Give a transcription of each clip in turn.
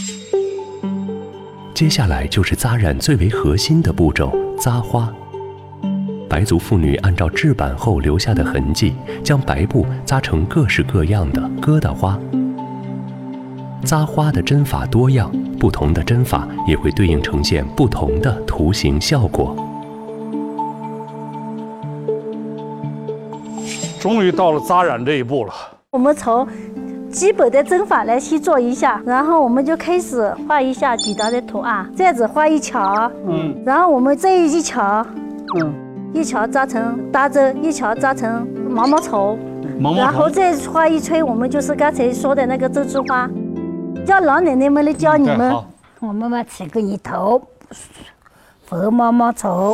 接下来就是扎染最为核心的步骤——扎花。白族妇女按照制版后留下的痕迹，将白布扎成各式各样的疙瘩花。扎花的针法多样，不同的针法也会对应呈现不同的图形效果。 终于到了扎染这一步了。 我们从基本的针法来去做一下，然后我们就开始画一下几道的图案，这样子画一条，然后我们这一条，一条扎成搭针，一条扎成毛毛虫，然后再画一圈，我们就是刚才说的那个珍珠花。叫老奶奶们来教你们。我妈妈吃个一头佛毛毛虫。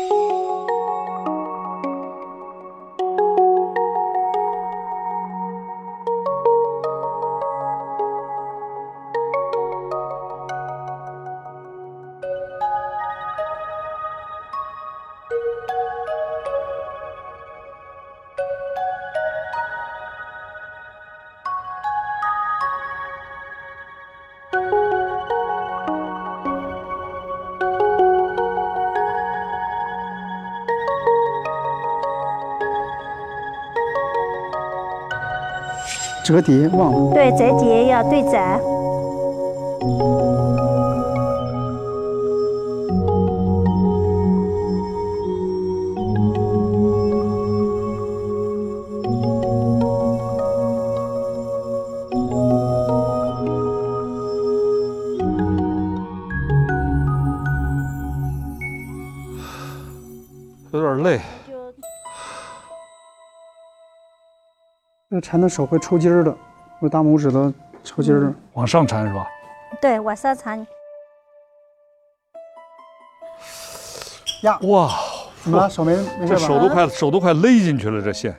折叠忘了。 对，折叠要对折。 有点累。 这缠的手会抽筋儿的，我大拇指都抽筋儿了。 往上缠是吧？ 对，往上缠。 呀， 哇， 怎么了？手没事吧？ 手都快勒进去了，这线。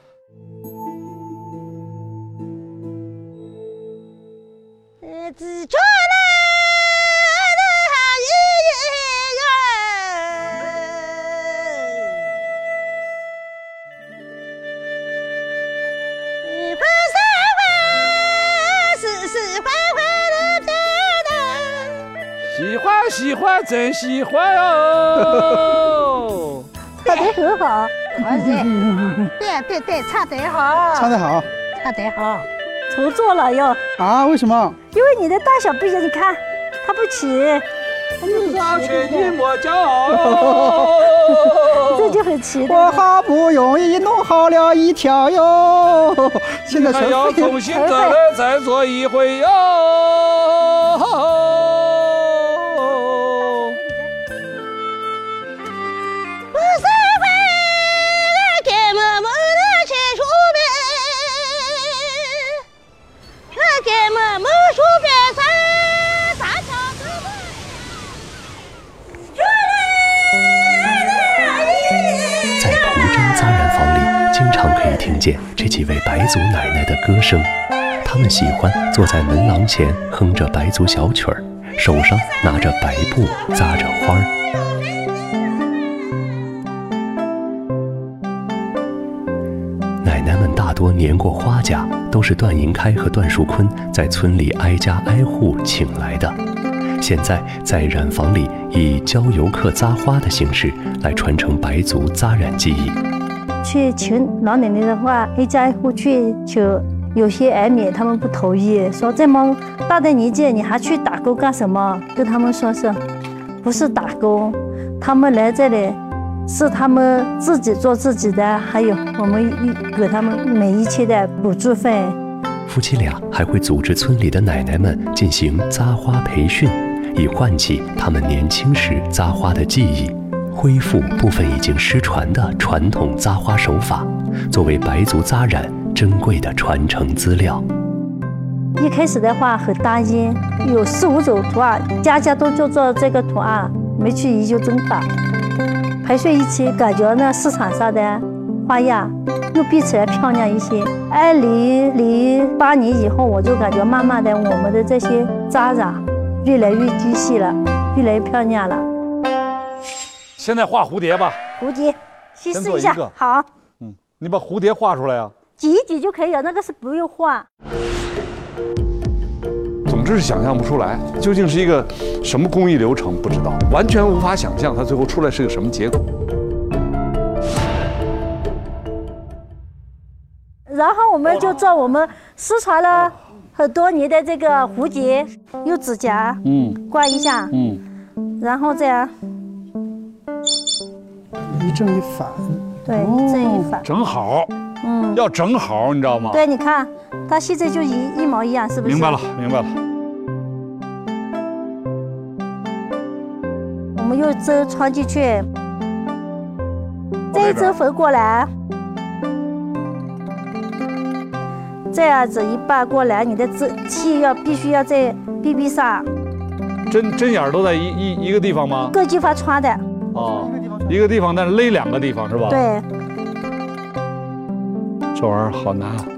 喜欢，真喜欢哦！ 唱得很好，对，唱得好， 唱得好， 唱得好。重做了要啊？为什么？ 因为你的大小不一样，你看它不齐。 上学你莫骄傲， 这就很齐的。 我好不容易弄好了一条哟，现在还要重新再来再做一回哟。 听见这几位白族奶奶的歌声，她们喜欢坐在门廊前哼着白族小曲儿，手上拿着白布扎着花儿。奶奶们大多年过花甲，都是段银开和段树坤在村里挨家挨户请来的。现在在染坊里以教游客扎花的形式来传承白族扎染技艺。 去请老奶奶的话，一家一户去求，有些儿女他们不同意，说这么大的年纪你还去打工干什么？跟他们说是，不是打工，他们来这里是他们自己做自己的，还有我们给他们每一期的补助费。 夫妻俩还会组织村里的奶奶们进行扎花培训，以唤起他们年轻时扎花的记忆。恢复部分已经失传的传统扎花手法，作为白族扎染珍贵的传承资料。 一开始的话很单一，有4、5种图案，家家都就做这个图案，没去研究针法。培训一期，感觉呢市场上的花样又比起来漂亮一些。2008年以后，我就感觉慢慢的我们的这些扎染越来越精细了，越来越漂亮了。 现在画蝴蝶吧， 蝴蝶，先试一下。好， 你把蝴蝶画出来啊。 挤一挤就可以了，那个是不用画。 总直是想象不出来，究竟是一个什么工艺流程不知道，完全无法想象它最后出来是个什么结果。 然后我们就做我们失传了很多年的这个蝴蝶，用指甲刮一下，然后这样一正一反， 对，一正一反， 整好，要整好，你知道吗？ 对，你看它现在就一模一样，是不是？ 明白了，明白了。 我们用针穿进去，这一针缝过来。这样子一半过来，你的气必须要在臂臂上。 针眼都在一个地方吗？ 各地方穿的。 哦，一个地方，但是勒2个地方是吧？ 对。 这玩意儿好难啊。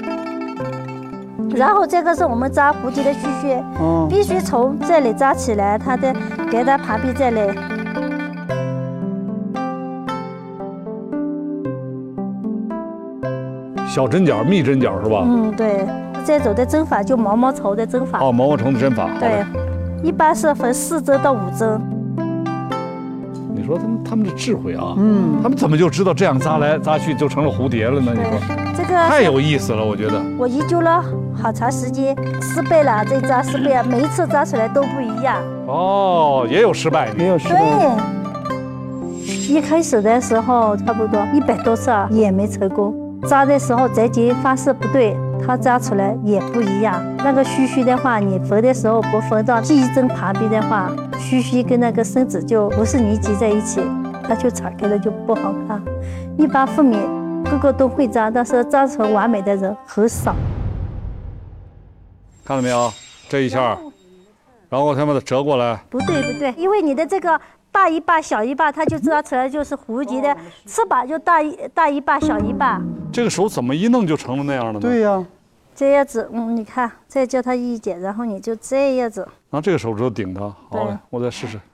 然后这个是我们扎蝴蝶的须须，必须从这里扎起来，它的给它旁边这里。 小针脚、密针脚是吧？ 对，这种的针法就毛毛虫的针法。 哦，毛毛虫的针法。 对，一般是缝4针到5针。 你说他们的智慧啊，他们怎么就知道这样扎来扎去就成了蝴蝶了呢？你说这个太有意思了，我觉得。我研究了好长时间，失败了再扎失败，每一次扎出来都不一样。 哦，也有失败， 也有失败。 对，一开始的时候差不多100多次也没成功。扎的时候折节方式不对，它扎出来也不一样。那个须须的话，你缝的时候不缝到第1针旁边的话，须须跟那个身子就不是粘结在一起，它就敞开了就不好看。一般妇女个个都会扎，但是扎成完美的人很少。 看到没有？这一下，然后他把它折过来。 不对，因为你的这个大一半小一半，它就扎出来就是蝴蝶的翅膀就大一半小一半。 这个手怎么一弄就成了那样的呢？ 对呀， 这样子，你看，再叫它一点，然后你就这样子。 拿这个手指头顶它，好嘞，我再试试。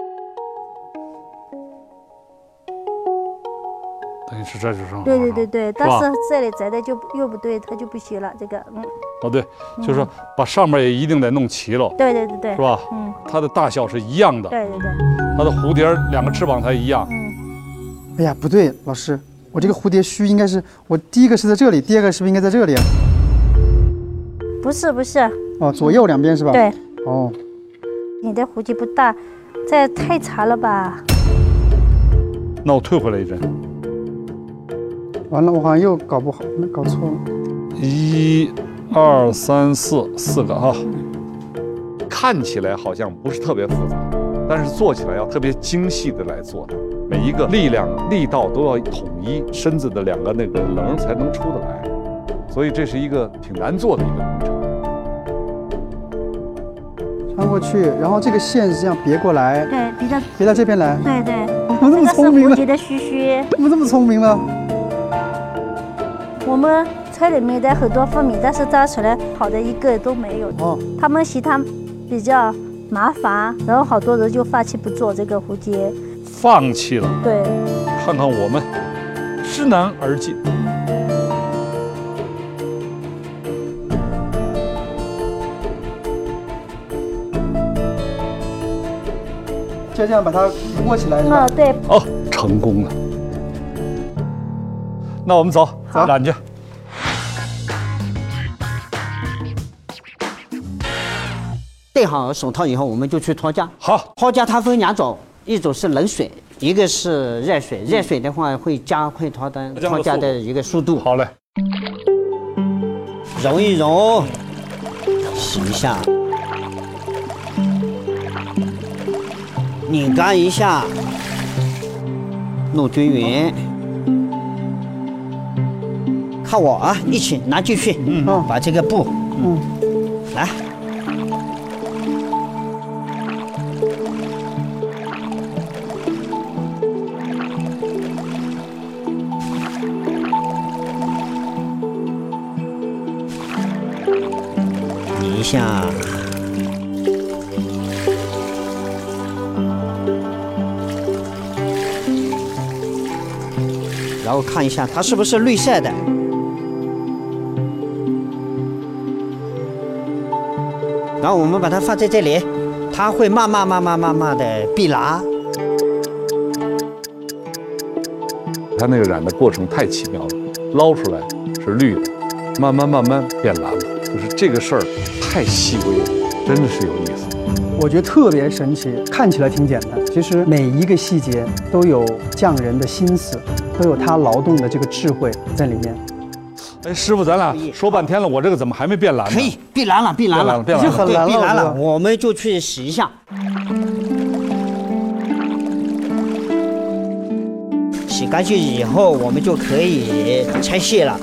等于是这就上。 对，但是这里摘的就又不对，它就不行了。这个， 哦对，就是说把上面也一定得弄齐了。 对，是吧？它的大小是一样的。 对。 它的蝴蝶2个翅膀才一样。 哎呀，不对，老师，我这个蝴蝶须应该是我第一个是在这里，第2个是不是应该在这里啊？ 不是。 哦，左右2边是吧？ 对。 哦， 你的蝴蝶不大，这太长了吧？ 那我退回来一针。 完了，我好像又搞不好，搞错了。 1、2、3、4个哈，看起来好像不是特别复杂，但是做起来要特别精细的来做，每一个力道都要统一，身子的2个那个棱才能出得来，所以这是一个挺难做的一个工程。 穿过去，然后这个线是这样别过来， 对， 别到这边来。 对， 怎么这么聪明呢？ 这个是蝴蝶的须须， 怎么这么聪明呢？ 我们村里面的很多妇女，但是扎出来好的一个都没有。他们嫌它比较麻烦，然后好多人就放弃不做这个蝴蝶。 放弃了。 对。 看看我们，知难而进。 就这样把它窝起来是吧？ 对。 哦，成功了。那我们走，揽去。 戴好手套以后，我们就去脱痂。 好， 脱痂它分2种，一种是冷水，一个是热水。热水的话会加快脱痂的一个速度。 好嘞， 揉一揉，洗一下，拧干一下，弄均匀。看我啊，一起拿进去。把这个布，来。拧一下。然后看一下它是不是绿色的。 然后我们把它放在这里，它会慢慢的变蓝。 它那个染的过程太奇妙了，捞出来是绿的，慢慢变蓝了，就是这个事儿太细微了，真的是有意思。 我觉得特别神奇，看起来挺简单，其实每一个细节都有匠人的心思，都有他劳动的这个智慧在里面。 哎，师傅，咱俩说半天了，我这个怎么还没变蓝呢？ 可以变蓝了，变蓝了， 已经很蓝了， 变蓝了，我们就去洗一下。洗干净以后，我们就可以拆卸了。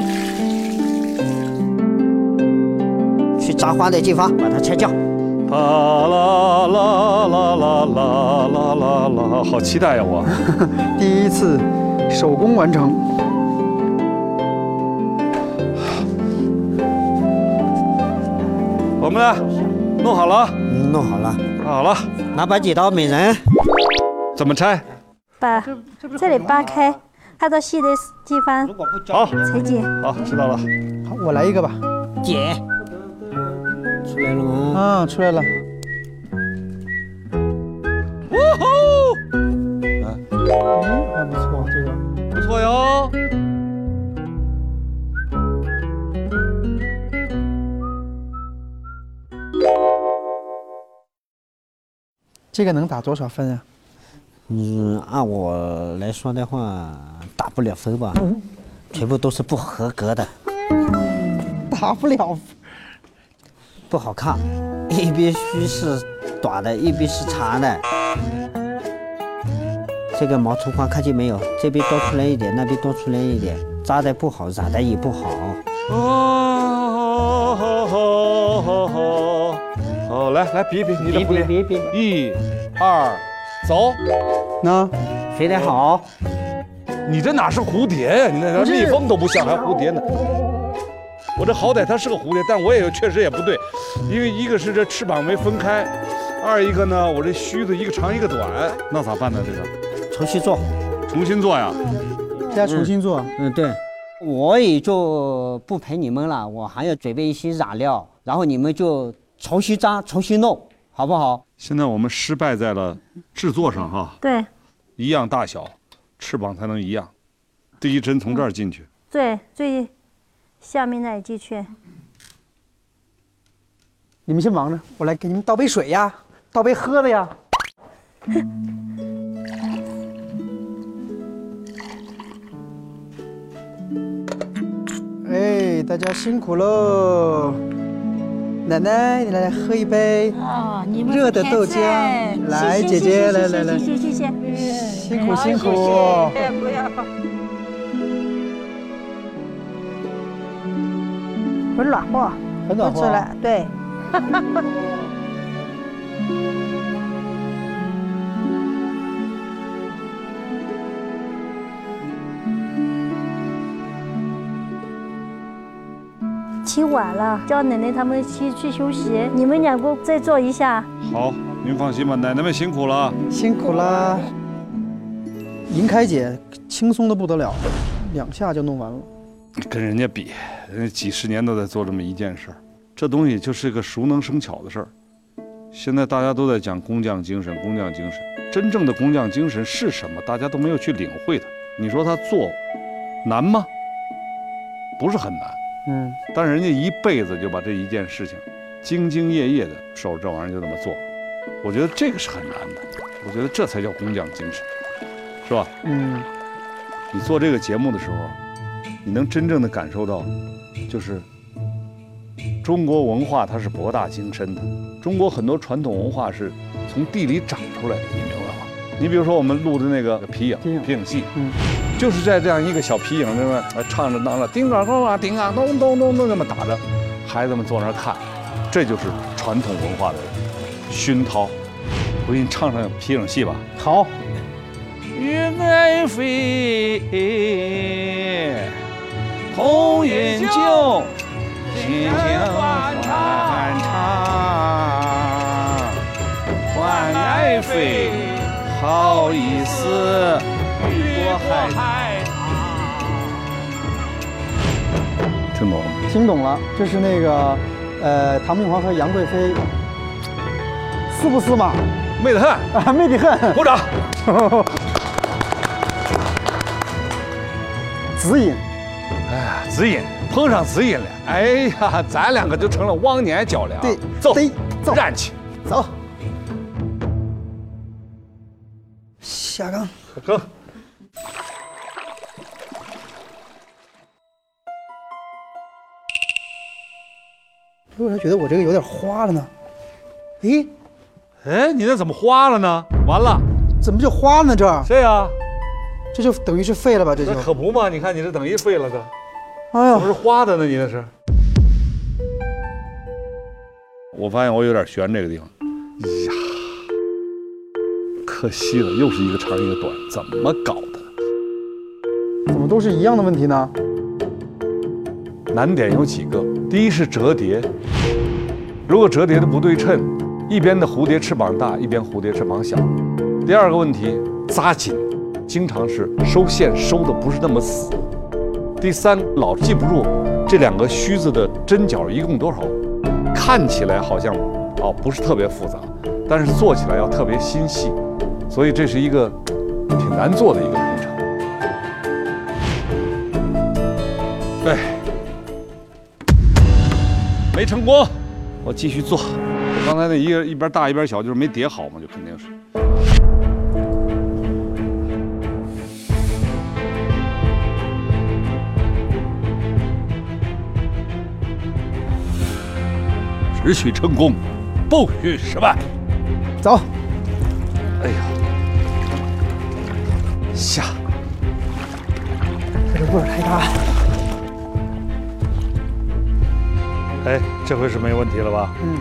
去扎花的地方把它拆掉。 啦啦啦啦啦啦啦啦，好期待呀！我第一次手工完成。 我们呢，弄好了， 弄好了， 好了， 拿把剪刀，每人怎么拆？ 把这里扒开，看到细的地方好， 裁剪。 好，知道了。 好，我来一个吧。 剪出来了吗？ 啊，出来了。还不错，这个不错哟。 这个能打多少分啊？ 按我来说的话，打不了分吧，全部都是不合格的， 打不了， 不好看，一边须是短的，一边是长的。这个毛粗花看见没有？这边多出来一点，那边多出来一点，扎的不好，染的也不好。 好，来比，你的蝴蝶， 别 1、2，走。 那飞得好。 你这哪是蝴蝶呀？你那蜜蜂都不像，还蝴蝶呢。我这好歹它是个蝴蝶，但我也确实也不对，因为一个是这翅膀没分开，二一个呢，我这须子一个长一个短，那咋办呢？这个重新做， 重新做呀？ 再重新做。 对，我也就不陪你们了，我还要准备一些染料，然后你们就重新扎，重新弄，好不好？ 现在我们失败在了制作上哈， 对一样大小，翅膀才能一样。第一针从这儿进去， 对，最下面那一进去。 你们先忙着，我来给你们倒杯水呀，倒杯喝的呀。哎，大家辛苦喽！奶奶，你来喝一杯热的豆浆。来，姐姐，来， 谢谢， 辛苦辛苦。 不要。 很暖和， 很暖和。 吃了，对。挺晚了，叫奶奶他们去休息，你们两个再做一下。 好，您放心吧，奶奶们辛苦了， 辛苦啦。银开姐轻松的不得了，2下就弄完了。 跟人家比，人家几十年都在做这么一件事儿，这东西就是个熟能生巧的事儿。现在大家都在讲工匠精神，工匠精神，真正的工匠精神是什么？大家都没有去领会它。你说他做难吗？不是很难。但是人家一辈子就把这一件事情兢兢业业的守着这玩意儿就这么做，我觉得这个是很难的，我觉得这才叫工匠精神，是吧？你做这个节目的时候，你能真正的感受到，就是中国文化它是博大精深的，中国很多传统文化是从地里长出来的，你明白吗？你比如说我们录的那个皮影戏，就是在这样一个小皮影这么唱着当着叮当咚啊叮啊咚咚咚咚这么打着，孩子们坐那儿看，这就是传统文化的熏陶。我给你唱唱皮影戏吧。 好。 云来飞，红颜旧，心情欢畅，欢来飞，好意思。听懂了吗？ 听懂了，就是那个唐明皇和杨贵妃，是不是嘛？ 美得很啊，美得很。 鼓掌。 子隐， 哎，子隐碰上子隐了，哎呀，咱两个就成了忘年交了啊！ 对， 走， 走， 燃去， 走。下岗。 下岗。 为啥觉得我这个有点花了呢？诶， 哎，你那怎么花了呢？完了， 怎么就花了呢？ 这呀， 这就等于是废了吧？这就那可不嘛！你看你这等于废了的， 哎呀， 怎么是花的呢？你那是？我发现我有点悬这个地方，呀，可惜了，又是一个长一个短，怎么搞的？ 怎么都是一样的问题呢？ 难点有几个？第一是折叠，如果折叠的不对称，一边的蝴蝶翅膀大，一边蝴蝶翅膀小。第二个问题，扎紧，经常是收线收的不是那么死。第三，老记不住这两个须子的针脚一共多少，看起来好像不是特别复杂，但是做起来要特别心细，所以这是一个挺难做的一个工程。哎。没成功，我继续做。我刚才那一边大一边小，就是没叠好嘛，就肯定是。只许成功，不许失败。 走。 哎呀，下。 这个味儿太大。 哎，这回是没问题了吧？ 嗯。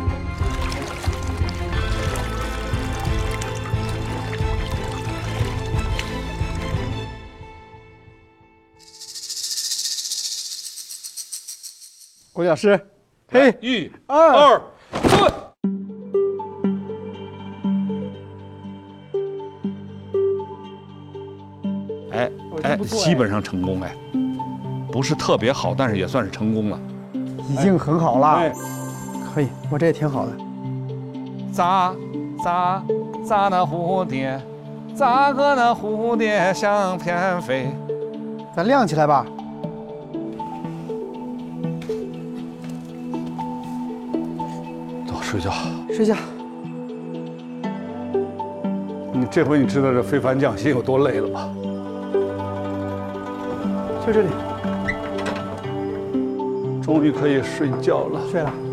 郭老师，嘿 ，1、2、3。哎，基本上成功哎，不是特别好，但是也算是成功了。 已经很好了，可以，我这也挺好的。 咋那蝴蝶，咋个那蝴蝶像翩飞？ 咱亮起来吧。 走，睡觉。 睡觉。 这回你知道这非凡匠心有多累了吧？ 就这里。 终于可以睡觉了。 睡了。